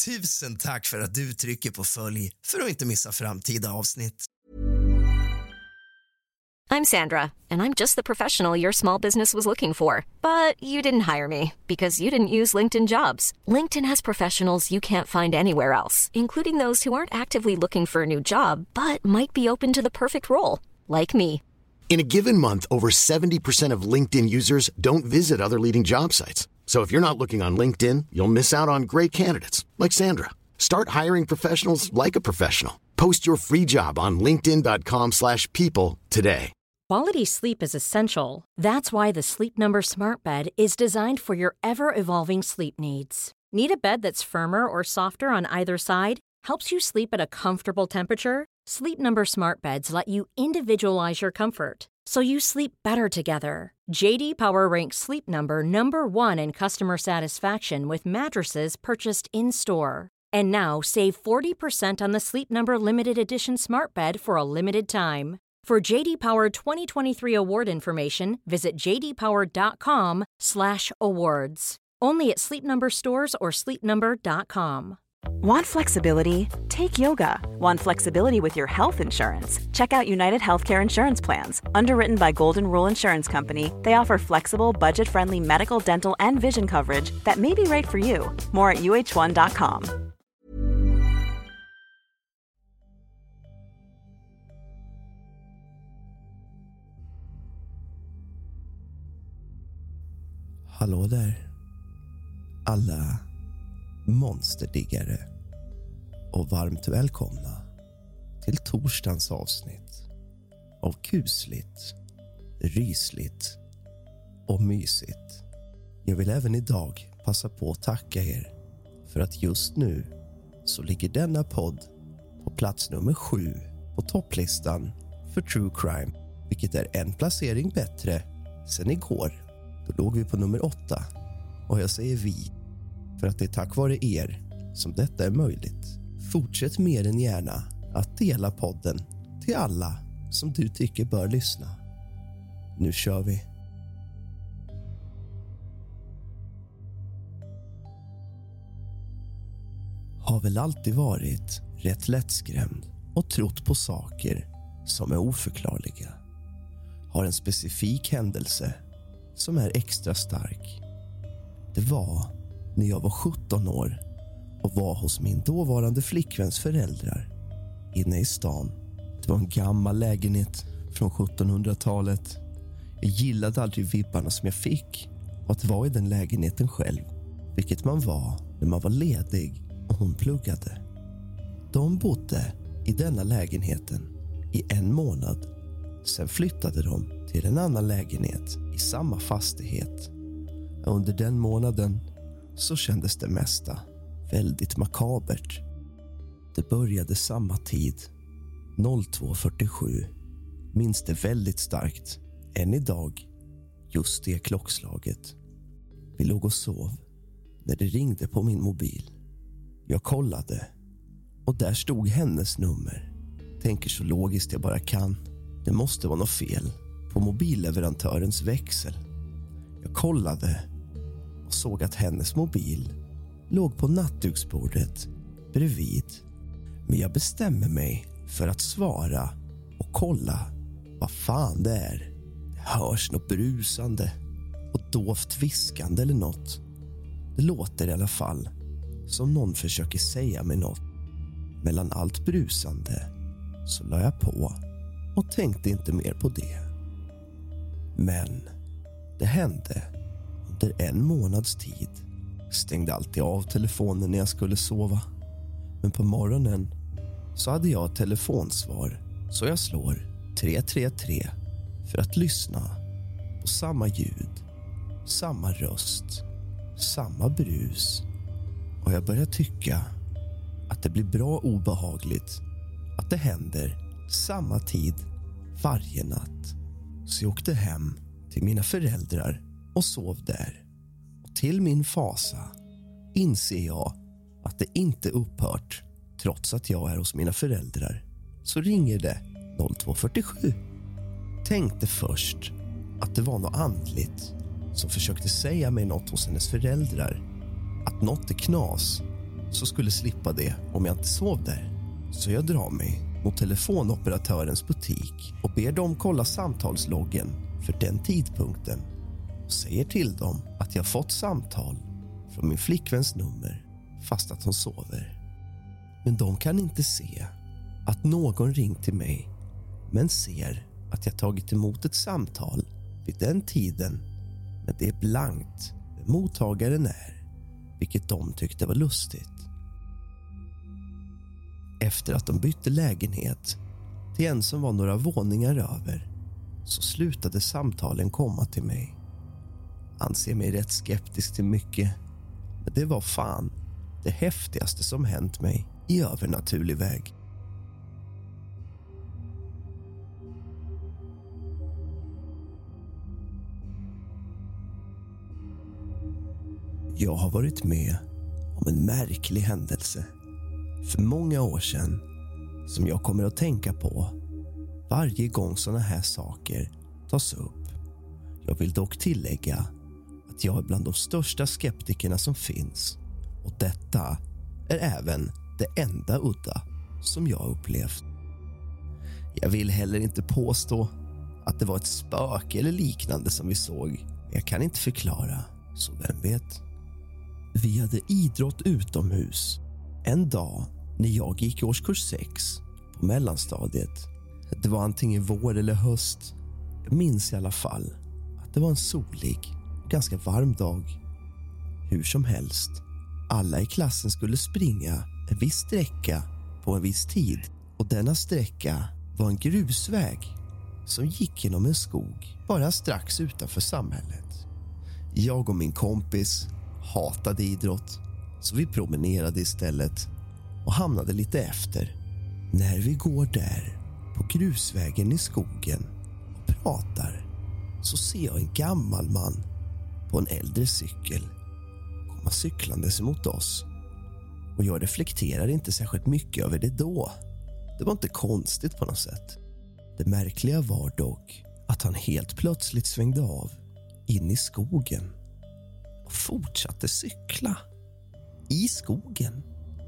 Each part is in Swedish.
Tusen tack för att du trycker på följ för att inte missa framtida avsnitt. I'm Sandra, and I'm just the professional your small business was looking for. But you didn't hire me because you didn't use LinkedIn Jobs. LinkedIn has professionals you can't find anywhere else, including those who aren't actively looking for a new job, but might be open to the perfect role, like me. In a given month, over 70% of LinkedIn users don't visit other leading job sites. So if you're not looking on LinkedIn, you'll miss out on great candidates like Sandra. Start hiring professionals like a professional. Post your free job on linkedin.com/people today. Quality sleep is essential. That's why the Sleep Number Smart Bed is designed for your ever-evolving sleep needs. Need a bed that's firmer or softer on either side? Helps you sleep at a comfortable temperature? Sleep Number Smart Beds let you individualize your comfort, so you sleep better together. JD Power ranks Sleep Number #1 in customer satisfaction with mattresses purchased in-store. And now save 40% on the Sleep Number Limited Edition Smart Bed for a limited time. For JD Power 2023 award information, visit jdpower.com/awards. Only at Sleep Number stores or sleepnumber.com. Want flexibility? Take yoga. Want flexibility with your health insurance? Check out United Healthcare Insurance Plans. Underwritten by Golden Rule Insurance Company, they offer flexible, budget-friendly medical, dental, and vision coverage that may be right for you. More at uh1.com. Hallå där, alla monsterdiggare, och varmt välkomna till torsdagens avsnitt av kusligt, rysligt och mysigt. Jag vill även idag passa på att tacka er för att just nu så ligger denna podd på plats nummer 7 på topplistan för True Crime, vilket är en placering bättre sen igår. Då låg vi på nummer 8, och jag säger vi för att det är tack vare er som detta är möjligt. Fortsätt mer än gärna att dela podden till alla som du tycker bör lyssna. Nu kör vi. Har väl alltid varit rätt lättskrämd och trott på saker som är oförklarliga. Har en specifik händelse som är extra stark. Det var när jag var 17 år och var hos min dåvarande flickväns föräldrar inne i stan. Det var en gammal lägenhet från 1700-talet. Jag gillade aldrig vibbarna som jag fick och att vara i den lägenheten själv, vilket man var när man var ledig och hon pluggade. De bodde i denna lägenheten i 1 månad. Sen flyttade de till en annan lägenhet i samma fastighet. Under den månaden så kändes det mesta väldigt makabert. Det började samma tid, 02:47. Minns det väldigt starkt, än idag, just det klockslaget. Vi låg och sov när det ringde på min mobil. Jag kollade och där stod hennes nummer. Tänker så logiskt jag bara kan. Det måste vara något fel på mobilleverantörens växel. Jag kollade och såg att hennes mobil låg på nattduksbordet bredvid. Men jag bestämmer mig för att svara och kolla vad fan det är. Det hörs något brusande och dovt viskande eller något. Det låter i alla fall som någon försöker säga mig något. Mellan allt brusande så la jag på och tänkte inte mer på det. Men det hände under 1 månads tid. Stängde alltid av telefonen när jag skulle sova. Men på morgonen så hade jag telefonsvar, så jag slår 333 för att lyssna på samma ljud, samma röst, samma brus. Och jag börjar tycka att det blir bra obehagligt att det händer samma tid varje natt. Så jag åkte hem till mina föräldrar och sov där. Och till min fasa inser jag att det inte upphört trots att jag är hos mina föräldrar. Så ringer det 02:47. Tänkte först att det var något andligt som försökte säga mig något hos hennes föräldrar. Att något är knas. så skulle slippa det om jag inte sov där. Så jag drar mig mot telefonoperatörens butik och ber dem kolla samtalsloggen för den tidpunkten och säger till dem att jag fått samtal från min flickväns nummer fast att hon sover. Men de kan inte se att någon ringt till mig, men ser att jag tagit emot ett samtal vid den tiden, men det är blankt vem mottagaren är, vilket de tyckte var lustigt. Efter att de bytte lägenhet till en som var några våningar över så slutade samtalen komma till mig. Anser mig rätt skeptisk till mycket, men det var fan det häftigaste som hänt mig i övernaturlig väg. Jag har varit med om en märklig händelse för många år sedan som jag kommer att tänka på varje gång såna här saker tas upp. Jag vill dock tillägga att jag är bland de största skeptikerna som finns, och detta är även det enda udda som jag upplevt. Jag vill heller inte påstå att det var ett spöke eller liknande som vi såg, men jag kan inte förklara, så vem vet. Vi hade idrott utomhus en dag när jag gick i årskurs 6 på mellanstadiet. Det var antingen vår eller höst. Jag minns i alla fall att det var en solig och ganska varm dag. Hur som helst, alla i klassen skulle springa en viss sträcka på en viss tid, och denna sträcka var en grusväg som gick genom en skog bara strax utanför samhället. Jag och min kompis hatade idrott, så vi promenerade istället och hamnade lite efter. När vi går där på grusvägen i skogen och pratar så ser jag en gammal man på en äldre cykel komma cyklandes mot oss. Och jag reflekterar inte särskilt mycket över det då. Det var inte konstigt på något sätt. Det märkliga var dock att han helt plötsligt svängde av in i skogen och fortsatte cykla i skogen.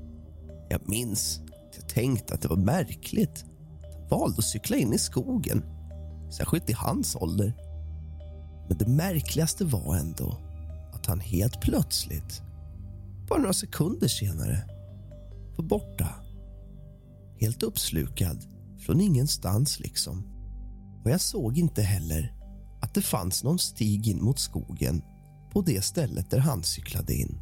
Jag minns att jag tänkte att det var märkligt att han valde att cykla in i skogen, särskilt i hans ålder. Men det märkligaste var ändå att han helt plötsligt, bara några sekunder senare, var borta. Helt uppslukad från ingenstans liksom. Och jag såg inte heller att det fanns någon stig in mot skogen på det stället där han cyklade in.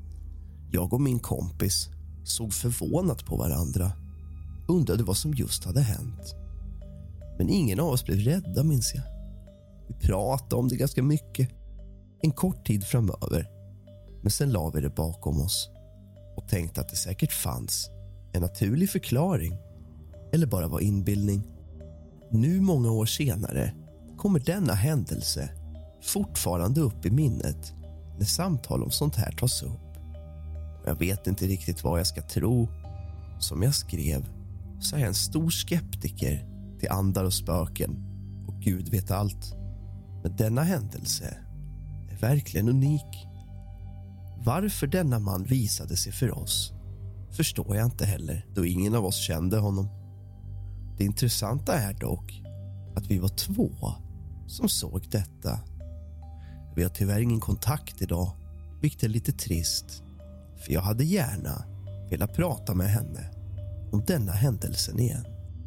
Jag och min kompis såg förvånat på varandra, undrade vad som just hade hänt. Men ingen av oss blev rädda, minns jag. Vi pratade om det ganska mycket en kort tid framöver, men sen la vi det bakom oss och tänkte att det säkert fanns en naturlig förklaring eller bara var inbildning. Nu många år senare kommer denna händelse fortfarande upp i minnet när samtal om sånt här tas upp. Och jag vet inte riktigt vad jag ska tro. Som jag skrev så är jag en stor skeptiker till andar och spöken, och Gud vet allt. Men denna händelse är verkligen unik. Varför denna man visade sig för oss förstår jag inte heller, då ingen av oss kände honom. Det intressanta är dock att vi var 2 som såg detta. Vi har tyvärr ingen kontakt idag, vilket är lite trist, för jag hade gärna velat prata med henne om denna händelsen igen.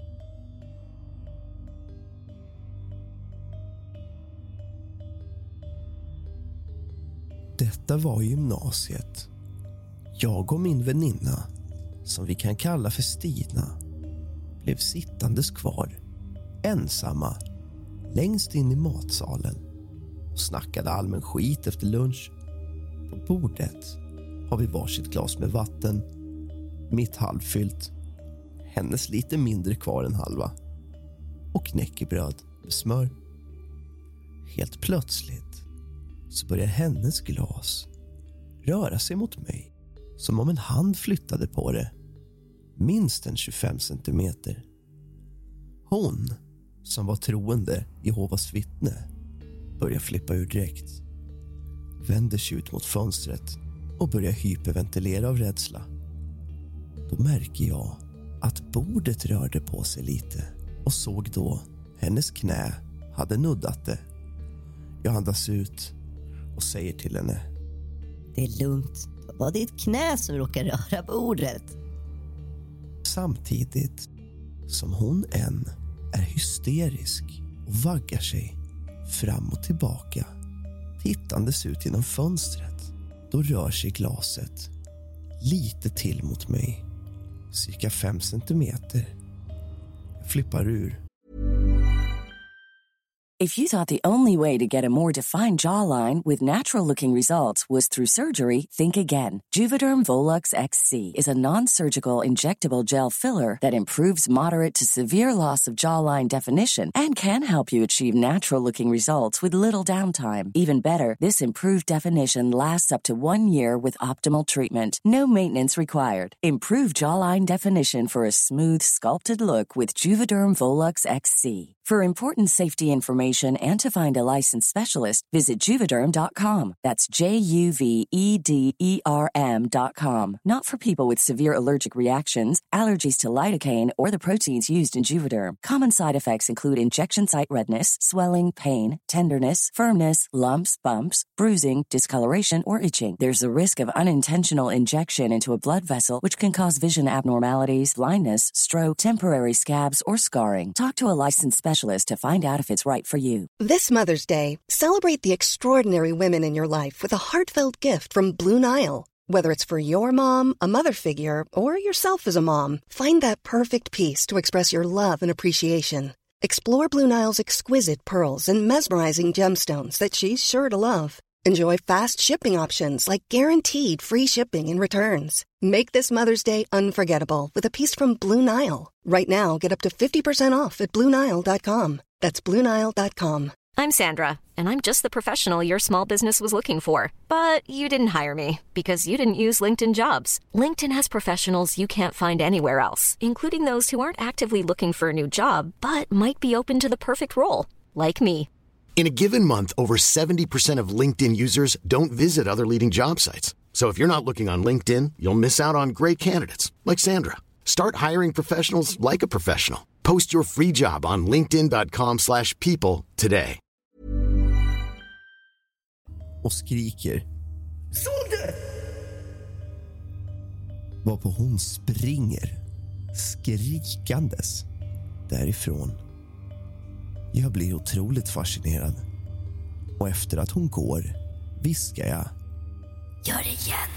Detta var gymnasiet. Jag och min väninna, som vi kan kalla för Stina, blev sittandes kvar, ensamma, längst in i matsalen och snackade allmän skit efter lunch. På bordet har vi varsitt glas med vatten, mitt halvfyllt, hennes lite mindre kvar än halva, och knäckebröd med smör. Helt plötsligt så börjar hennes glas röra sig mot mig som om en hand flyttade på det, minst en 25 centimeter. Hon, som var troende Jehovas vittne, börjar flippa ur direkt, vänder sig ut mot fönstret och börjar hyperventilera av rädsla. Då märker jag att bordet rörde på sig lite och såg då hennes knä hade nuddat det. Jag andas ut och säger till henne: Det är lugnt. Det var ditt knä som råkar röra bordet. Samtidigt som hon än är hysterisk och vaggar sig fram och tillbaka, tittandes ut genom fönstret, då rör sig glaset lite till mot mig, cirka 5 centimeter. Jag flippar ur. If you thought the only way to get a more defined jawline with natural-looking results was through surgery, think again. Juvederm Volux XC is a non-surgical injectable gel filler that improves moderate to severe loss of jawline definition and can help you achieve natural-looking results with little downtime. Even better, this improved definition lasts up to 1 year with optimal treatment. No maintenance required. Improve jawline definition for a smooth, sculpted look with Juvederm Volux XC. For important safety information and to find a licensed specialist, visit Juvederm.com. That's Juvederm.com. Not for people with severe allergic reactions, allergies to lidocaine, or the proteins used in Juvederm. Common side effects include injection site redness, swelling, pain, tenderness, firmness, lumps, bumps, bruising, discoloration, or itching. There's a risk of unintentional injection into a blood vessel, which can cause vision abnormalities, blindness, stroke, temporary scabs, or scarring. Talk to a licensed specialist to find out if it's right for you. This Mother's Day, celebrate the extraordinary women in your life with a heartfelt gift from Blue Nile. Whether it's for your mom, a mother figure, or yourself as a mom, find that perfect piece to express your love and appreciation. Explore Blue Nile's exquisite pearls and mesmerizing gemstones that she's sure to love. Enjoy fast shipping options like guaranteed free shipping and returns. Make this Mother's Day unforgettable with a piece from Blue Nile. Right now, get up to 50% off at BlueNile.com. That's BlueNile.com. I'm Sandra, and I'm just the professional your small business was looking for. But you didn't hire me because you didn't use LinkedIn Jobs. LinkedIn has professionals you can't find anywhere else, including those who aren't actively looking for a new job, but might be open to the perfect role, like me. In a given month, over 70% of LinkedIn users don't visit other leading job sites. So if you're not looking on LinkedIn, you'll miss out on great candidates like Sandra. Start hiring professionals like a professional. Post your free job on linkedin.com/people today. Och skriker: Såg du? Varpå hon springer skrikandes därifrån. Jag blir otroligt fascinerad. Och efter att hon går viskar jag: Gör det igen.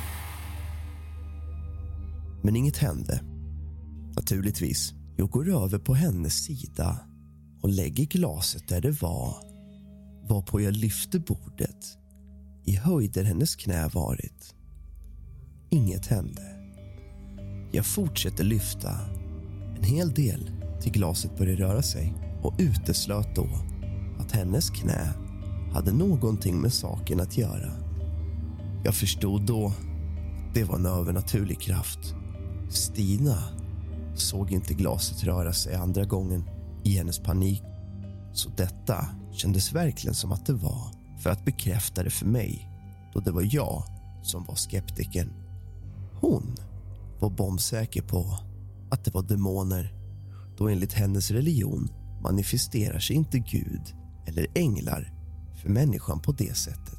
Men inget hände. Naturligtvis. Jag går över på hennes sida och lägger glaset där det var. Varpå jag lyfter bordet i höjden hennes knä varit. Inget hände. Jag fortsätter lyfta en hel del till glaset började röra sig och uteslöt då att hennes knä hade någonting med saken att göra. Jag förstod då att det var en övernaturlig kraft. Stina såg inte glaset röra sig andra gången i hennes panik. Så detta kändes verkligen som att det var för att bekräfta det för mig, då det var jag som var skeptiken. Hon var bombsäker på att det var demoner, då enligt hennes religion manifesterar sig inte Gud eller änglar för människan på det sättet.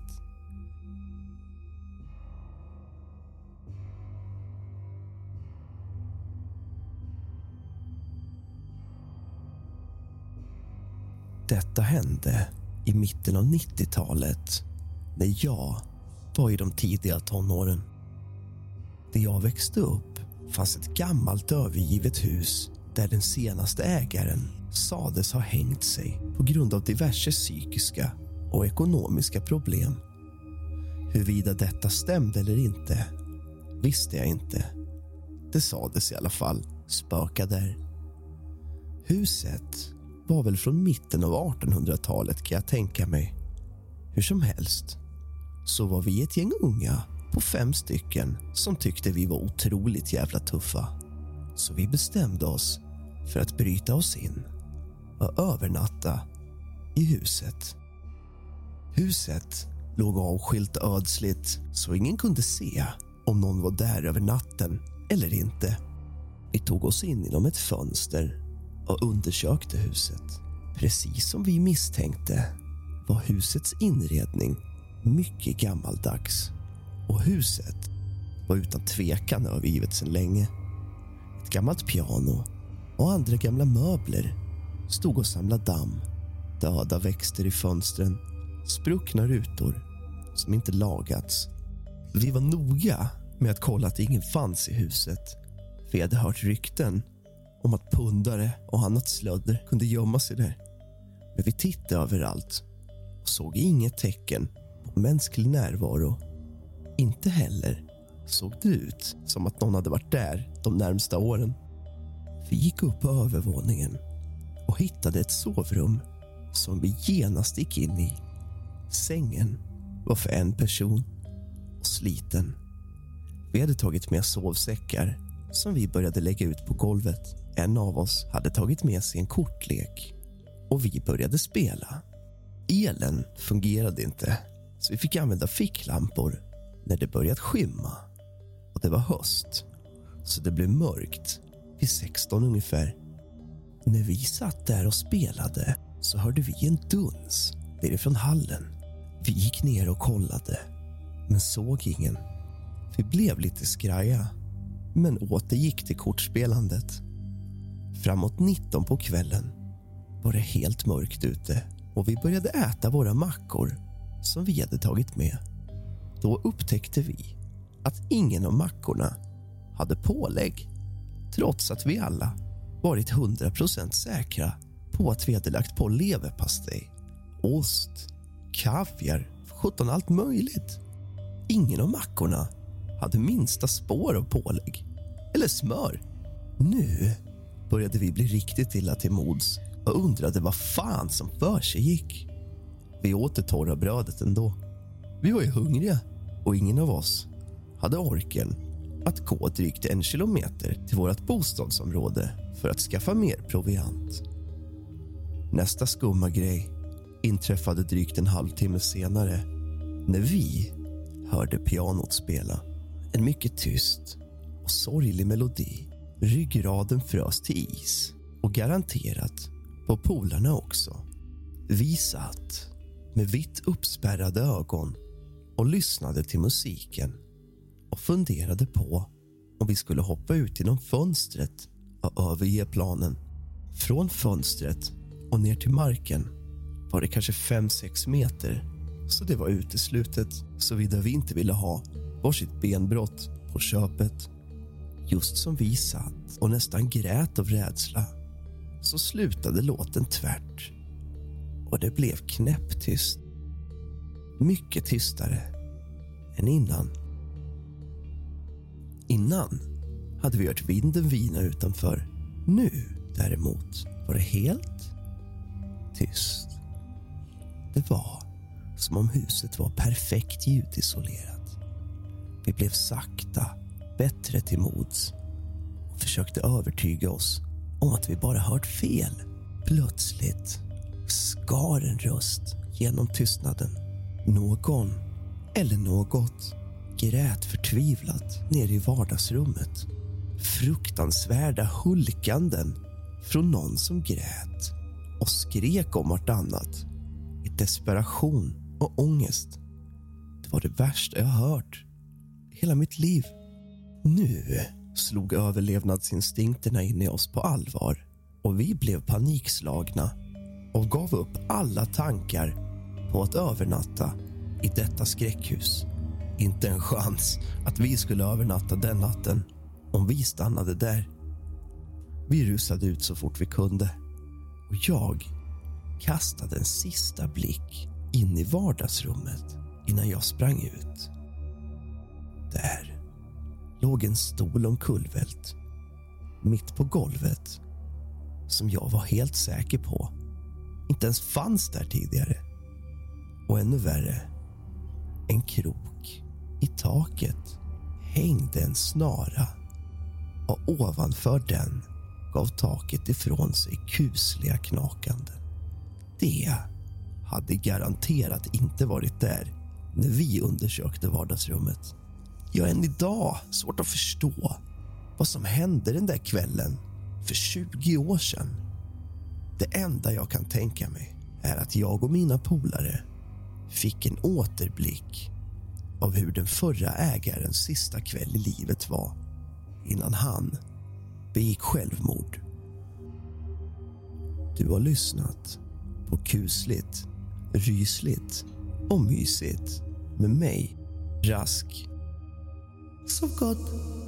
Detta hände i mitten av 90-talet när jag var i de tidiga tonåren. Där jag växte upp fanns ett gammalt övergivet hus där den senaste ägaren sades ha hängt sig på grund av diverse psykiska och ekonomiska problem. Huruvida detta stämde eller inte visste jag inte. Det sades i alla fall spöka där. Huset var väl från mitten av 1800-talet kan jag tänka mig. Hur som helst så var vi ett gäng unga på 5 stycken som tyckte vi var otroligt jävla tuffa. Så vi bestämde oss för att bryta oss in och övernatta i huset. Huset låg avskilt ödsligt så ingen kunde se om någon var där över natten eller inte. Vi tog oss in genom ett fönster och undersökte huset. Precis som vi misstänkte var husets inredning mycket gammaldags. Och huset var utan tvekan övergivet sedan länge. Ett gammalt piano och andra gamla möbler stod och samlade damm. Döda växter i fönstren, spruckna rutor som inte lagats. Vi var noga med att kolla att ingen fanns i huset. Vi hade hört rykten om att pundare och annat slödder kunde gömma sig där. Men vi tittade överallt och såg inget tecken på mänsklig närvaro. Inte heller såg det ut som att någon hade varit där de närmsta åren. Vi gick upp på övervåningen och hittade ett sovrum som vi genast gick in i. Sängen var för en person och sliten. Vi hade tagit med sovsäckar som vi började lägga ut på golvet. En av oss hade tagit med sig en kortlek och vi började spela. Elen fungerade inte, så vi fick använda ficklampor när det började skymma. Och det var höst, så det blev mörkt vid 16 ungefär. När vi satt där och spelade så hörde vi en duns nerifrån hallen. Vi gick ner och kollade, men såg ingen. Vi blev lite skraja, men återgick till kortspelandet. Framåt 19 på kvällen var det helt mörkt ute och vi började äta våra mackor som vi hade tagit med. Då upptäckte vi att ingen av mackorna hade pålägg, trots att vi alla varit 100% säkra på att vi hade lagt på leverpastej, ost, kaviar, 17 allt möjligt. Ingen av mackorna hade minsta spår av pålägg eller smör. Nu började vi bli riktigt illa till mods och undrade vad fan som för sig gick. Vi åt det torra brödet ändå. Vi var ju hungriga och ingen av oss hade orken att gå drygt 1 kilometer till vårt bostadsområde för att skaffa mer proviant. Nästa skumma grej inträffade drygt en halvtimme senare när vi hörde pianot spela. En mycket tyst och sorglig melodi. Ryggraden frös till is och garanterat på polarna också. Vi satt med vitt uppspärrade ögon och lyssnade till musiken och funderade på om vi skulle hoppa ut genom fönstret och överge planen. Från fönstret och ner till marken var det kanske 5-6 meter, så det var uteslutet, såvida vi inte ville ha varsitt benbrott på köpet. Just som vi satt och nästan grät av rädsla så slutade låten tvärt och det blev knäpptyst. Mycket tystare än innan. Innan hade vi hört vinden vina utanför. Nu däremot var det helt tyst. Det var som om huset var perfekt ljudisolerat. Vi blev sakta bättre till mods och försökte övertyga oss om att vi bara hört fel. Plötsligt skar en röst genom tystnaden. Någon eller något grät förtvivlat ner i vardagsrummet. Fruktansvärda hulkanden från någon som grät och skrek om vartannat i desperation och ångest. Det var det värsta jag hört i hela mitt liv. Nu slog överlevnadsinstinkterna in i oss på allvar och vi blev panikslagna och gav upp alla tankar på att övernatta i detta skräckhus. Inte en chans att vi skulle övernatta den natten om vi stannade där. Vi rusade ut så fort vi kunde och jag kastade en sista blick in i vardagsrummet innan jag sprang ut. Där låg en stol omkullvält mitt på golvet som jag var helt säker på inte ens fanns där tidigare. Och ännu värre, en krok i taket hängde en snara och ovanför den gav taket ifrån sig kusliga knakanden. Det hade garanterat inte varit där när vi undersökte vardagsrummet. Jag har än idag svårt att förstå vad som hände den där kvällen för 20 år sedan. Det enda jag kan tänka mig är att jag och mina polare fick en återblick av hur den förra ägarens sista kväll i livet var innan han begick självmord. Du har lyssnat på Kusligt, Rysligt och Mysigt med mig, Rask. Sov gott.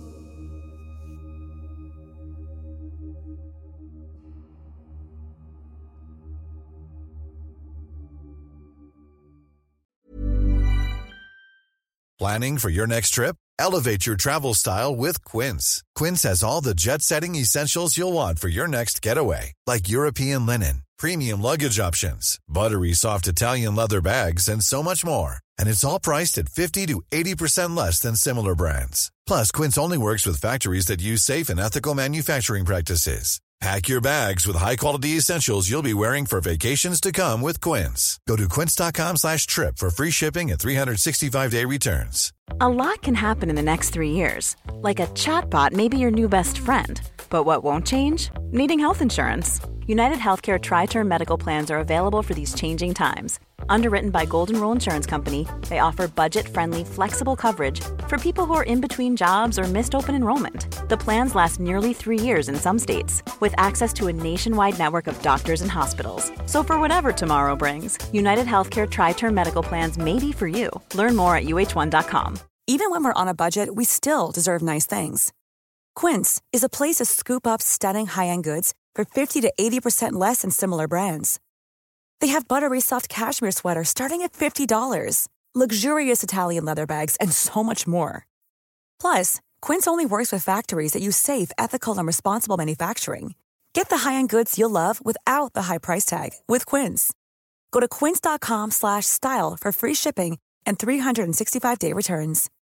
Planning for your next trip? Elevate your travel style with Quince. Quince has all the jet-setting essentials you'll want for your next getaway, like European linen, premium luggage options, buttery soft Italian leather bags, and so much more. And it's all priced at 50 to 80% less than similar brands. Plus, Quince only works with factories that use safe and ethical manufacturing practices. Pack your bags with high-quality essentials you'll be wearing for vacations to come with Quince. Go to quince.com/trip for free shipping and 365-day returns. A lot can happen in the next 3 years. Like a chatbot may be your new best friend. But what won't change? Needing health insurance. United Healthcare Tri-Term Medical Plans are available for these changing times. Underwritten by Golden Rule Insurance Company, they offer budget-friendly, flexible coverage for people who are in between jobs or missed open enrollment. The plans last nearly 3 years in some states, with access to a nationwide network of doctors and hospitals. So for whatever tomorrow brings, United Healthcare Tri-Term Medical Plans may be for you. Learn more at uh1.com. Even when we're on a budget, we still deserve nice things. Quince is a place to scoop up stunning high-end goods for 50 to 80% less than similar brands. They have buttery soft cashmere sweaters starting at $50, luxurious Italian leather bags, and so much more. Plus, Quince only works with factories that use safe, ethical, and responsible manufacturing. Get the high-end goods you'll love without the high price tag with Quince. Go to quince.com/style for free shipping and 365-day returns.